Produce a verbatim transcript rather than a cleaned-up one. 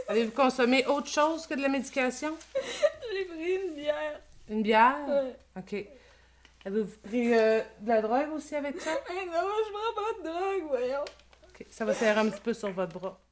Avez-vous consommé autre chose que de la médication? J'ai pris une bière. Une bière? Ouais. OK. Avez-vous pris euh, de la drogue aussi avec ça? Hey, non, je prends pas de drogue, voyons. OK. Ça va serrer un petit peu sur votre bras.